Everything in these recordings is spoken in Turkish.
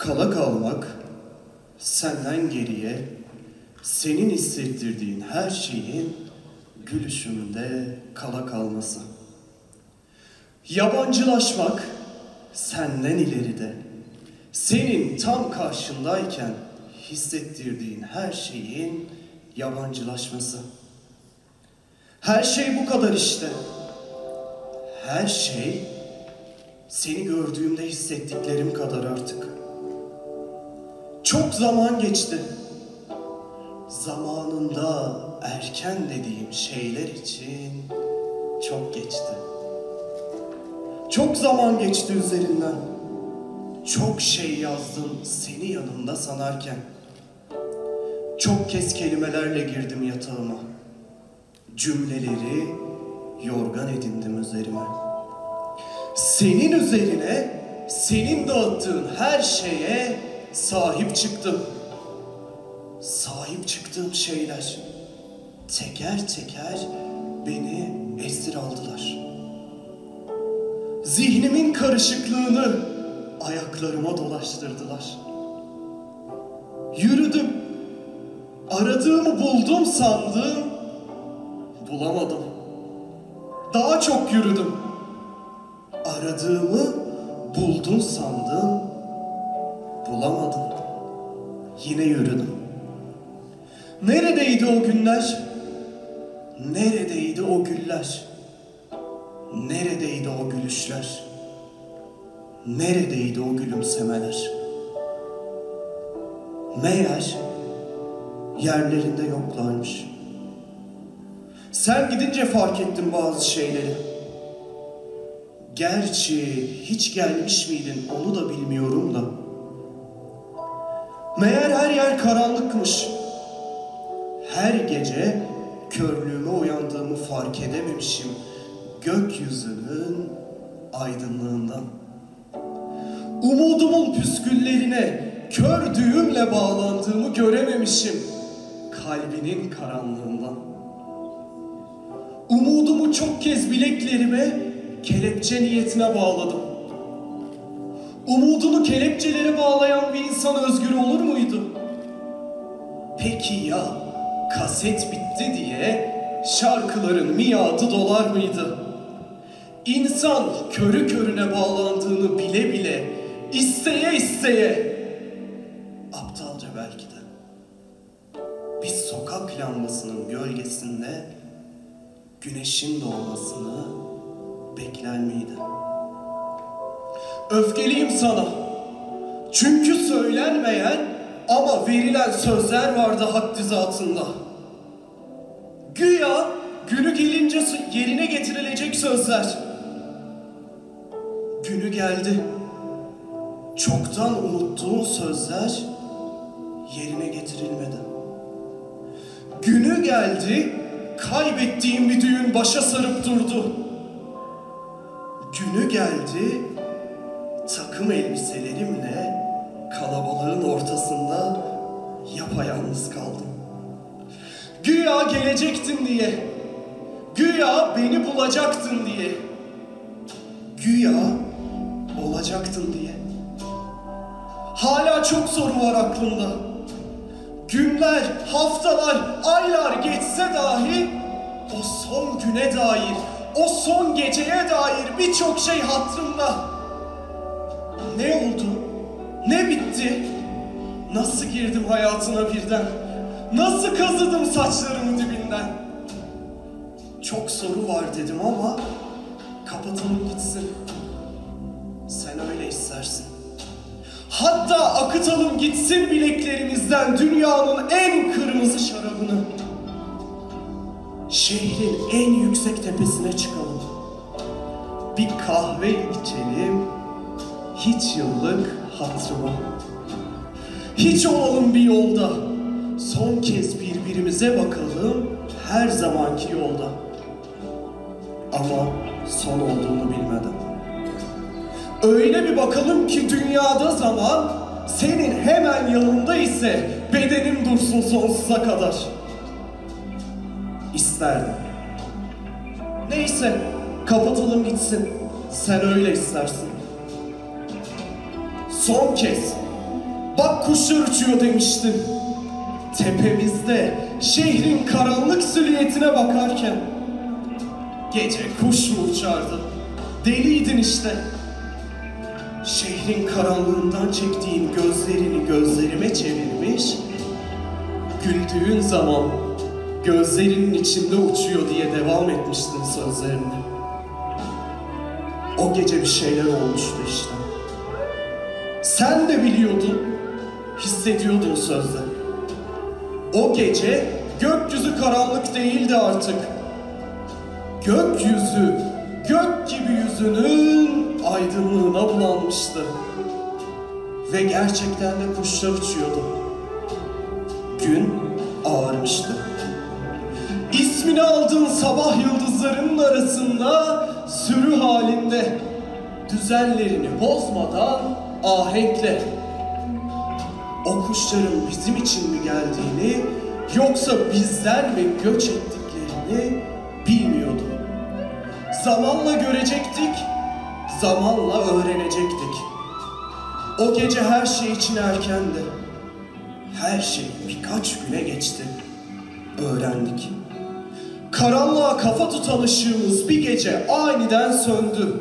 Kala kalmak, senden geriye, senin hissettirdiğin her şeyin gülüşümde kala kalması. Yabancılaşmak, senden ileride, senin tam karşındayken hissettirdiğin her şeyin yabancılaşması. Her şey bu kadar işte. Her şey seni gördüğümde hissettiklerim kadar artık. Çok zaman geçti. Zamanında erken dediğim şeyler için çok geçti. Çok zaman geçti üzerinden. Çok şey yazdım seni yanımda sanarken. Çok kez kelimelerle girdim yatağıma. Cümleleri yorgan edindim üzerime. Senin üzerine, senin dağıttığın her şeye sahip çıktım. Sahip çıktığım şeyler teker teker beni esir aldılar. Zihnimin karışıklığını ayaklarıma dolaştırdılar. Yürüdüm, aradığımı buldum sandım, bulamadım. Daha çok yürüdüm, aradığımı buldum sandım, bulamadım. Yine yürüdüm. Neredeydi o günler? Neredeydi o güller? Neredeydi o gülüşler? Neredeydi o gülümsemeler? Meğer yerlerinde yoklarmış. Sen gidince fark ettim bazı şeyleri. Gerçi hiç gelmiş miydin onu da bilmiyorum da. Meğer her yer karanlıkmış. Her gece körlüğüme uyandığımı fark edememişim gökyüzünün aydınlığından. Umudumun püsküllerine kör düğümle bağlandığımı görememişim kalbinin karanlığından. Umudumu çok kez bileklerime kelepçe niyetine bağladım. Umudunu kelepçelere bağlayan bir insan özgür olur muydu? Peki ya kaset bitti diye şarkıların miadı dolar mıydı? İnsan körü körüne bağlandığını bile bile, isteye isteye, aptalca belki de, bir sokak lambasının gölgesinde güneşin doğmasını bekler miydi? Öfkeliyim sana. Çünkü söylenmeyen ama verilen sözler vardı haddi zatında. Güya günü gelince yerine getirilecek sözler. Günü geldi. Çoktan unuttuğum sözler yerine getirilmedi. Günü geldi, kaybettiğim bir düğün başa sarıp durdu. Günü geldi, takım elbiselerimle kalabalığın ortasında yapayalnız kaldım. Güya gelecektin diye, güya beni bulacaktın diye, güya olacaktın diye. Hala çok soru var aklımda. Günler, haftalar, aylar geçse dahi o son güne dair, o son geceye dair birçok şey hatırımda. Ne oldu? Ne bitti? Nasıl girdim hayatına birden? Nasıl kazıdım saçlarımı dibinden? Çok soru var dedim ama kapatalım gitsin. Sen öyle istersin. Hatta akıtalım gitsin bileklerimizden dünyanın en kırmızı şarabını. Şehrin en yüksek tepesine çıkalım. Bir kahve içelim, hiç yıllık hatırıma. Hiç olalım bir yolda, son kez birbirimize bakalım her zamanki yolda. Ama son olduğunu bilmeden. Öyle bir bakalım ki dünyada zaman senin hemen yanında ise bedenim dursun sonsuza kadar. İsterdim. Neyse, kapatalım gitsin. Sen öyle istersin. Son kez Bak kuşlar uçuyor demiştin. Tepemizde şehrin karanlık silüetine bakarken. Gece kuş mu uçardı? Deliydin işte. Şehrin karanlığından çektiğin gözlerini gözlerime çevirmiş, güldüğün zaman gözlerinin içinde uçuyor diye devam etmiştin sözlerine. O gece bir şeyler olmuştu işte. Sen de biliyordun, hissediyordun sözde. O gece gökyüzü karanlık değildi artık. Gökyüzü, gök gibi yüzünün aydınlığına bulanmıştı. Ve gerçekten de kuşlar uçuyordu. Gün ağarmıştı. İsmini aldığın sabah yıldızlarının arasında sürü halinde, düzenlerini bozmadan ahenkle. O kuşların bizim için mi geldiğini, yoksa bizden mi göç ettiklerini bilmiyordum. Zamanla görecektik, zamanla öğrenecektik. O gece her şey için erkendi. Her şey birkaç güne geçti. Öğrendik. Karanlığa kafa tutan ışığımız bir gece aniden söndü.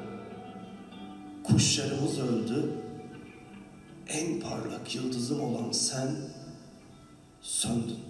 Kuşlarımız öldü. En parlak yıldızım olan sen söndün.